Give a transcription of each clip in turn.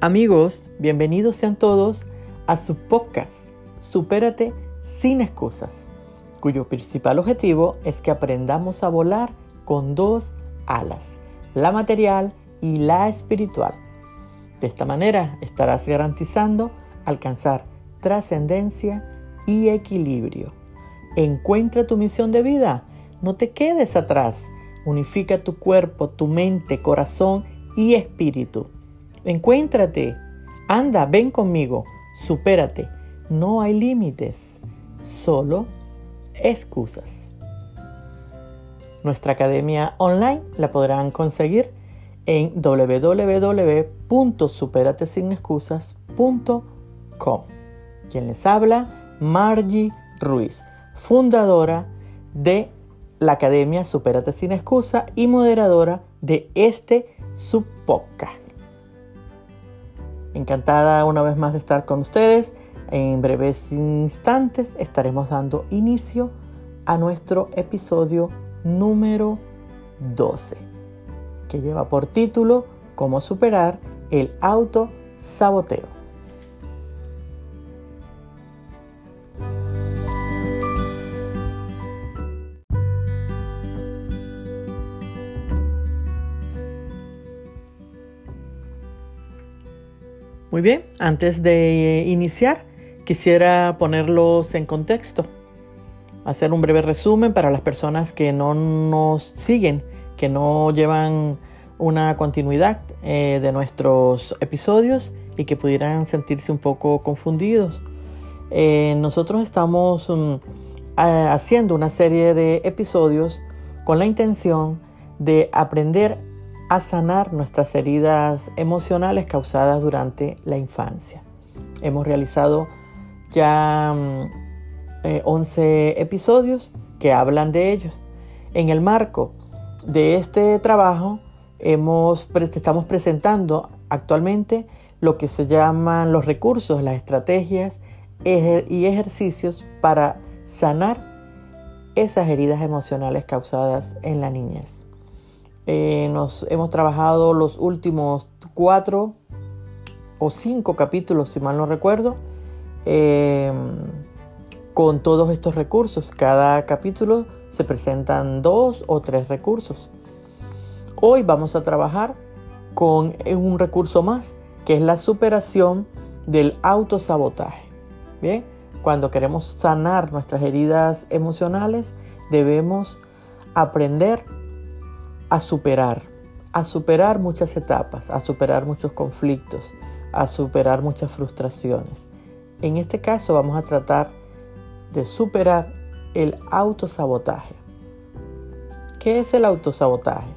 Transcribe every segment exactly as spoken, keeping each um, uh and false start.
Amigos, bienvenidos sean todos a su podcast Supérate sin excusas, cuyo principal objetivo es que aprendamos a volar con dos alas, la material y la espiritual. De esta manera estarás garantizando alcanzar trascendencia y equilibrio. Encuentra tu misión de vida, no te quedes atrás, unifica tu cuerpo, tu mente, corazón y espíritu. Encuéntrate, anda, ven conmigo, supérate. No hay límites, solo excusas. Nuestra academia online la podrán conseguir en doble u doble u doble u punto supérate sin excusas punto com. Quien les habla, Margie Ruiz, fundadora de la academia Supérate sin Excusa y moderadora de este subpodcast. Encantada una vez más de estar con ustedes. En breves instantes estaremos dando inicio a nuestro episodio número doce, que lleva por título Cómo superar el autosaboteo. Muy bien, antes de iniciar, quisiera ponerlos en contexto, hacer un breve resumen para las personas que no nos siguen, que no llevan una continuidad eh, de nuestros episodios y que pudieran sentirse un poco confundidos. Eh, nosotros estamos um, haciendo una serie de episodios con la intención de aprender a sanar nuestras heridas emocionales causadas durante la infancia. Hemos realizado ya eh, once episodios que hablan de ellos. En el marco de este trabajo hemos, estamos presentando actualmente lo que se llaman los recursos, las estrategias ejer- y ejercicios para sanar esas heridas emocionales causadas en la niñez. Eh, nos hemos trabajado los últimos cuatro o cinco capítulos, si mal no recuerdo, eh, con todos estos recursos. Cada capítulo se presentan dos o tres recursos. Hoy vamos a trabajar con un recurso más, que es la superación del autosabotaje. Bien, cuando queremos sanar nuestras heridas emocionales, debemos aprender a superar, a superar muchas etapas, a superar muchos conflictos, a superar muchas frustraciones. En este caso vamos a tratar de superar el autosabotaje. ¿Qué es el autosabotaje?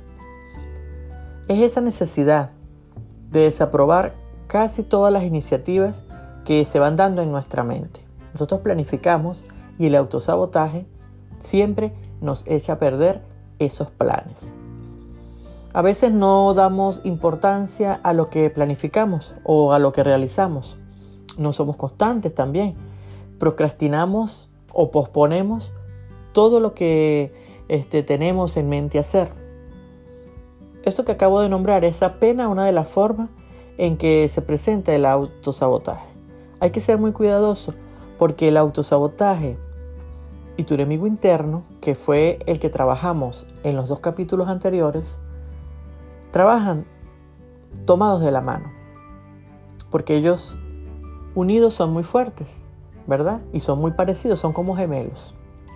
Es esa necesidad de desaprobar casi todas las iniciativas que se van dando en nuestra mente. Nosotros planificamos y el autosabotaje siempre nos echa a perder esos planes. A veces no damos importancia a lo que planificamos o a lo que realizamos. No somos constantes también. Procrastinamos o posponemos todo lo que este, tenemos en mente hacer. Eso que acabo de nombrar es apenas una de las formas en que se presenta el autosabotaje. Hay que ser muy cuidadoso porque el autosabotaje y tu enemigo interno, que fue el que trabajamos en los dos capítulos anteriores, trabajan tomados de la mano, porque ellos unidos son muy fuertes, ¿verdad? Y son muy parecidos, son como gemelos.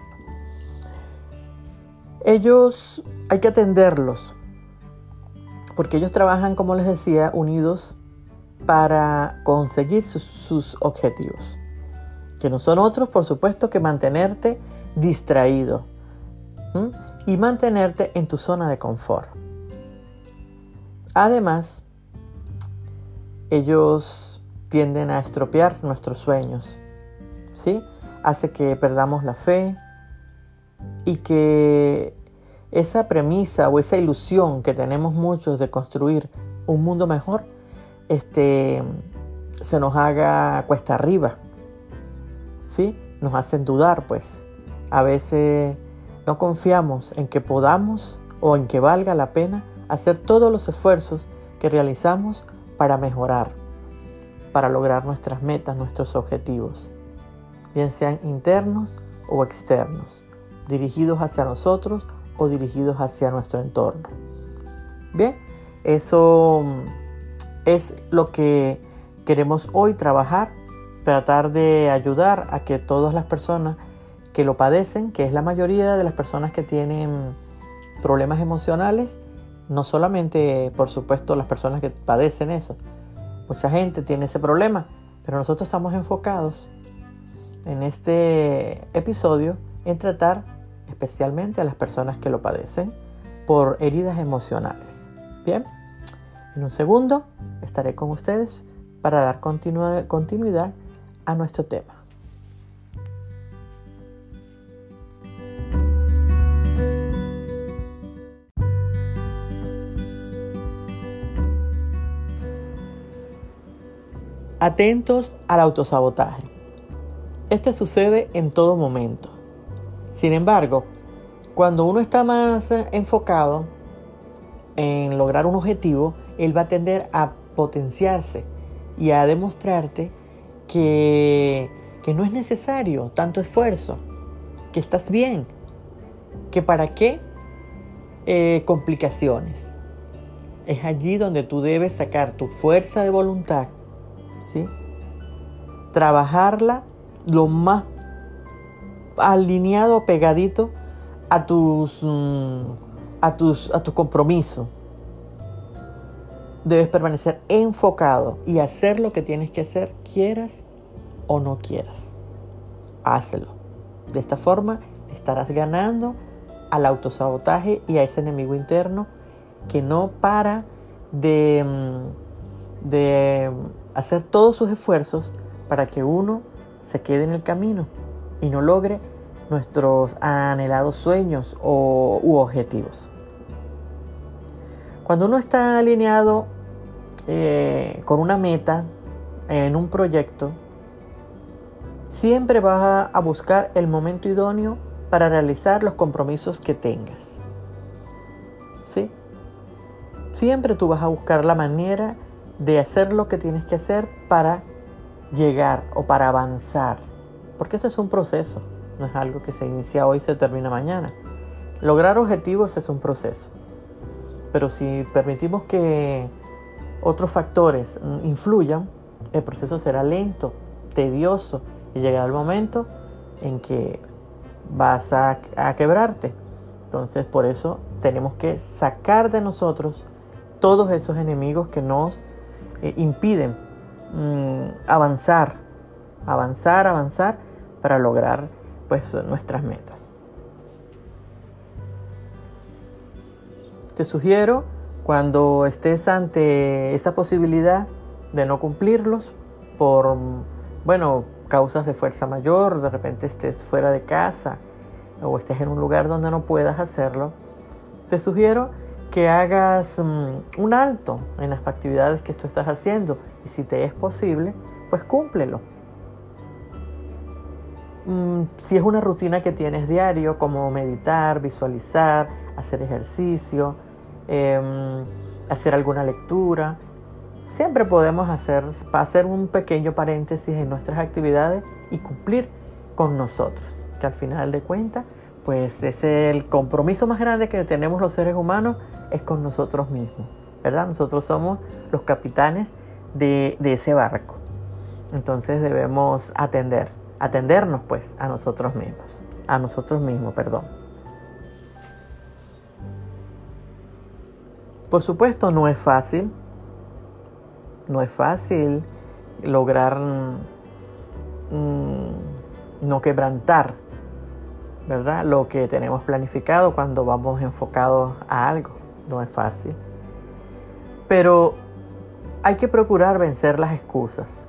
Ellos hay que atenderlos, porque ellos trabajan, como les decía, unidos para conseguir sus, sus objetivos, que no son otros, por supuesto, que mantenerte distraído ¿m? y mantenerte en tu zona de confort. Además, ellos tienden a estropear nuestros sueños, ¿sí? Hace que perdamos la fe y que esa premisa o esa ilusión que tenemos muchos de construir un mundo mejor, este, se nos haga cuesta arriba, ¿sí? Nos hacen dudar, pues. A veces no confiamos en que podamos o en que valga la pena hacer todos los esfuerzos que realizamos para mejorar, para lograr nuestras metas, nuestros objetivos, bien sean internos o externos, dirigidos hacia nosotros o dirigidos hacia nuestro entorno. Bien, eso es lo que queremos hoy trabajar, tratar de ayudar a que todas las personas que lo padecen, que es la mayoría de las personas que tienen problemas emocionales, no solamente, por supuesto, las personas que padecen eso, mucha gente tiene ese problema, pero nosotros estamos enfocados en este episodio en tratar especialmente a las personas que lo padecen por heridas emocionales. Bien, en un segundo estaré con ustedes para dar continu- continuidad a nuestro tema. Atentos al autosabotaje. Este sucede en todo momento. Sin embargo, cuando uno está más enfocado en lograr un objetivo, él va a tender a potenciarse y a demostrarte que, que no es necesario tanto esfuerzo, que estás bien, que para qué eh, complicaciones. Es allí donde tú debes sacar tu fuerza de voluntad, ¿sí? Trabajarla lo más alineado, pegadito a tus, a tus, a tu compromiso. Debes permanecer enfocado y hacer lo que tienes que hacer, quieras o no quieras. Hazlo. De esta forma estarás ganando al autosabotaje y a ese enemigo interno que no para de, de hacer todos sus esfuerzos para que uno se quede en el camino y no logre nuestros anhelados sueños o, u objetivos. Cuando uno está alineado eh, con una meta en un proyecto, siempre vas a, a buscar el momento idóneo para realizar los compromisos que tengas. ¿Sí? Siempre tú vas a buscar la manera de hacer lo que tienes que hacer para llegar o para avanzar. Porque eso es un proceso, no es algo que se inicia hoy y se termina mañana. Lograr objetivos es un proceso. Pero si permitimos que otros factores influyan, el proceso será lento, tedioso y llegará el momento en que vas a, a quebrarte. Entonces, por eso tenemos que sacar de nosotros todos esos enemigos que nos eh, impiden mmm, avanzar, avanzar, avanzar para lograr pues nuestras metas. Te sugiero, cuando estés ante esa posibilidad de no cumplirlos por, bueno, causas de fuerza mayor, de repente estés fuera de casa o estés en un lugar donde no puedas hacerlo, te sugiero que hagas um, un alto en las actividades que tú estás haciendo y si te es posible, pues cúmplelo. Um, si es una rutina que tienes diario, como meditar, visualizar, hacer ejercicio, eh, hacer alguna lectura, siempre podemos hacer, hacer un pequeño paréntesis en nuestras actividades y cumplir con nosotros, que al final de cuentas, pues es el compromiso más grande que tenemos los seres humanos, es con nosotros mismos, ¿verdad? Nosotros somos los capitanes de, de ese barco. Entonces debemos atender, atendernos pues a nosotros mismos, a nosotros mismos, perdón. Por supuesto, no es fácil, no es fácil lograr mmm, no quebrantar, ¿verdad? Lo que tenemos planificado cuando vamos enfocados a algo, no es fácil. Pero hay que procurar vencer las excusas,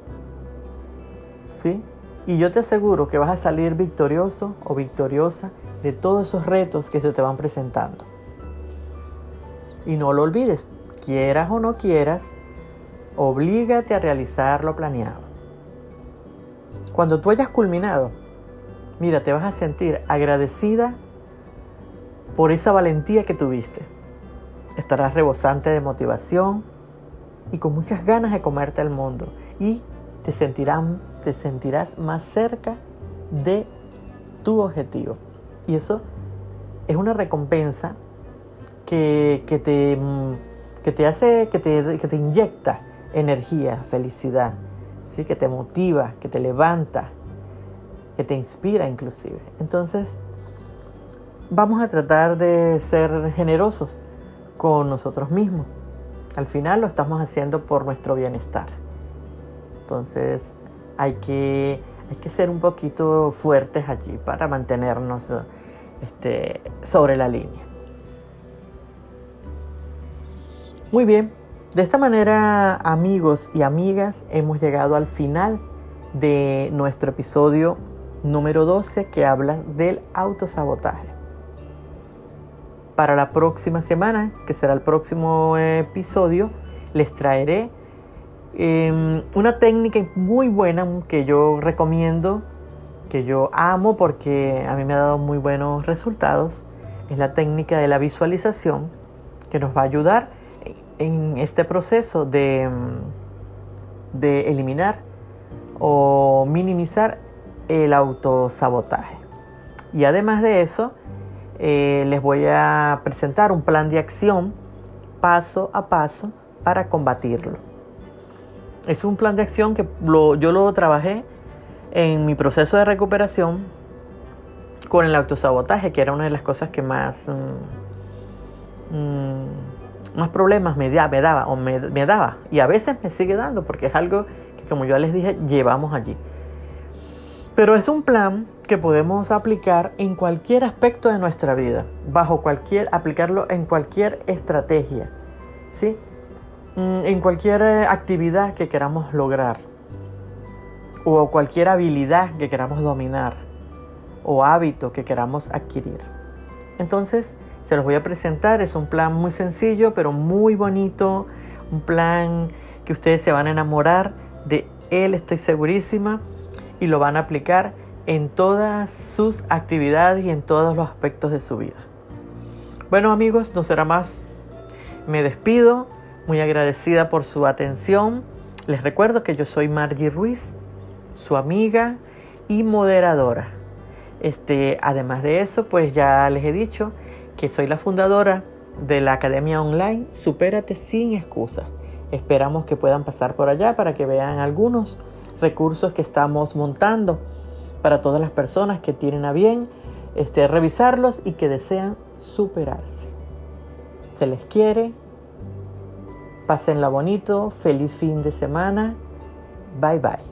¿sí? Y yo te aseguro que vas a salir victorioso o victoriosa de todos esos retos que se te van presentando. Y no lo olvides, quieras o no quieras, oblígate a realizar lo planeado. Cuando tú hayas culminado, mira, te vas a sentir agradecida por esa valentía que tuviste. Estarás rebosante de motivación y con muchas ganas de comerte el mundo y te sentirán, te sentirás más cerca de tu objetivo. Y eso es una recompensa que, que, te, que te hace, que te, que te inyecta energía, felicidad, ¿sí? Que te motiva, que te levanta, que te inspira inclusive. Entonces, vamos a tratar de ser generosos con nosotros mismos. Al final lo estamos haciendo por nuestro bienestar. Entonces, hay que, hay que ser un poquito fuertes allí para mantenernos este, sobre la línea. Muy bien, de esta manera, amigos y amigas, hemos llegado al final de nuestro episodio número doce, que habla del autosabotaje. Para la próxima semana, que será el próximo episodio, les traeré eh, una técnica muy buena que yo recomiendo, que yo amo porque a mí me ha dado muy buenos resultados. Es la técnica de la visualización, que nos va a ayudar en este proceso de, de eliminar o minimizar el autosabotaje. Y además de eso, eh, les voy a presentar un plan de acción paso a paso para combatirlo. Es un plan de acción que lo, yo lo trabajé en mi proceso de recuperación con el autosabotaje, que era una de las cosas que más, mmm, mmm, más problemas me, da, me daba o me, me daba. Y a veces me sigue dando porque es algo que, como yo les dije, llevamos allí. Pero es un plan que podemos aplicar en cualquier aspecto de nuestra vida, bajo cualquier, aplicarlo en cualquier estrategia, ¿sí? En cualquier actividad que queramos lograr, o cualquier habilidad que queramos dominar, o hábito que queramos adquirir. Entonces, se los voy a presentar. Es un plan muy sencillo, pero muy bonito, un plan que ustedes se van a enamorar de él, estoy segurísima, y lo van a aplicar en todas sus actividades y en todos los aspectos de su vida. Bueno, amigos, no será más. Me despido, muy agradecida por su atención. Les recuerdo que yo soy Margie Ruiz, su amiga y moderadora. Este, además de eso, pues ya les he dicho que soy la fundadora de la academia online Supérate Sin Excusas. Esperamos que puedan pasar por allá para que vean algunos recursos que estamos montando para todas las personas que tienen a bien este, revisarlos y que desean superarse. Se les quiere. Pásenla bonito. Feliz fin de semana. Bye bye.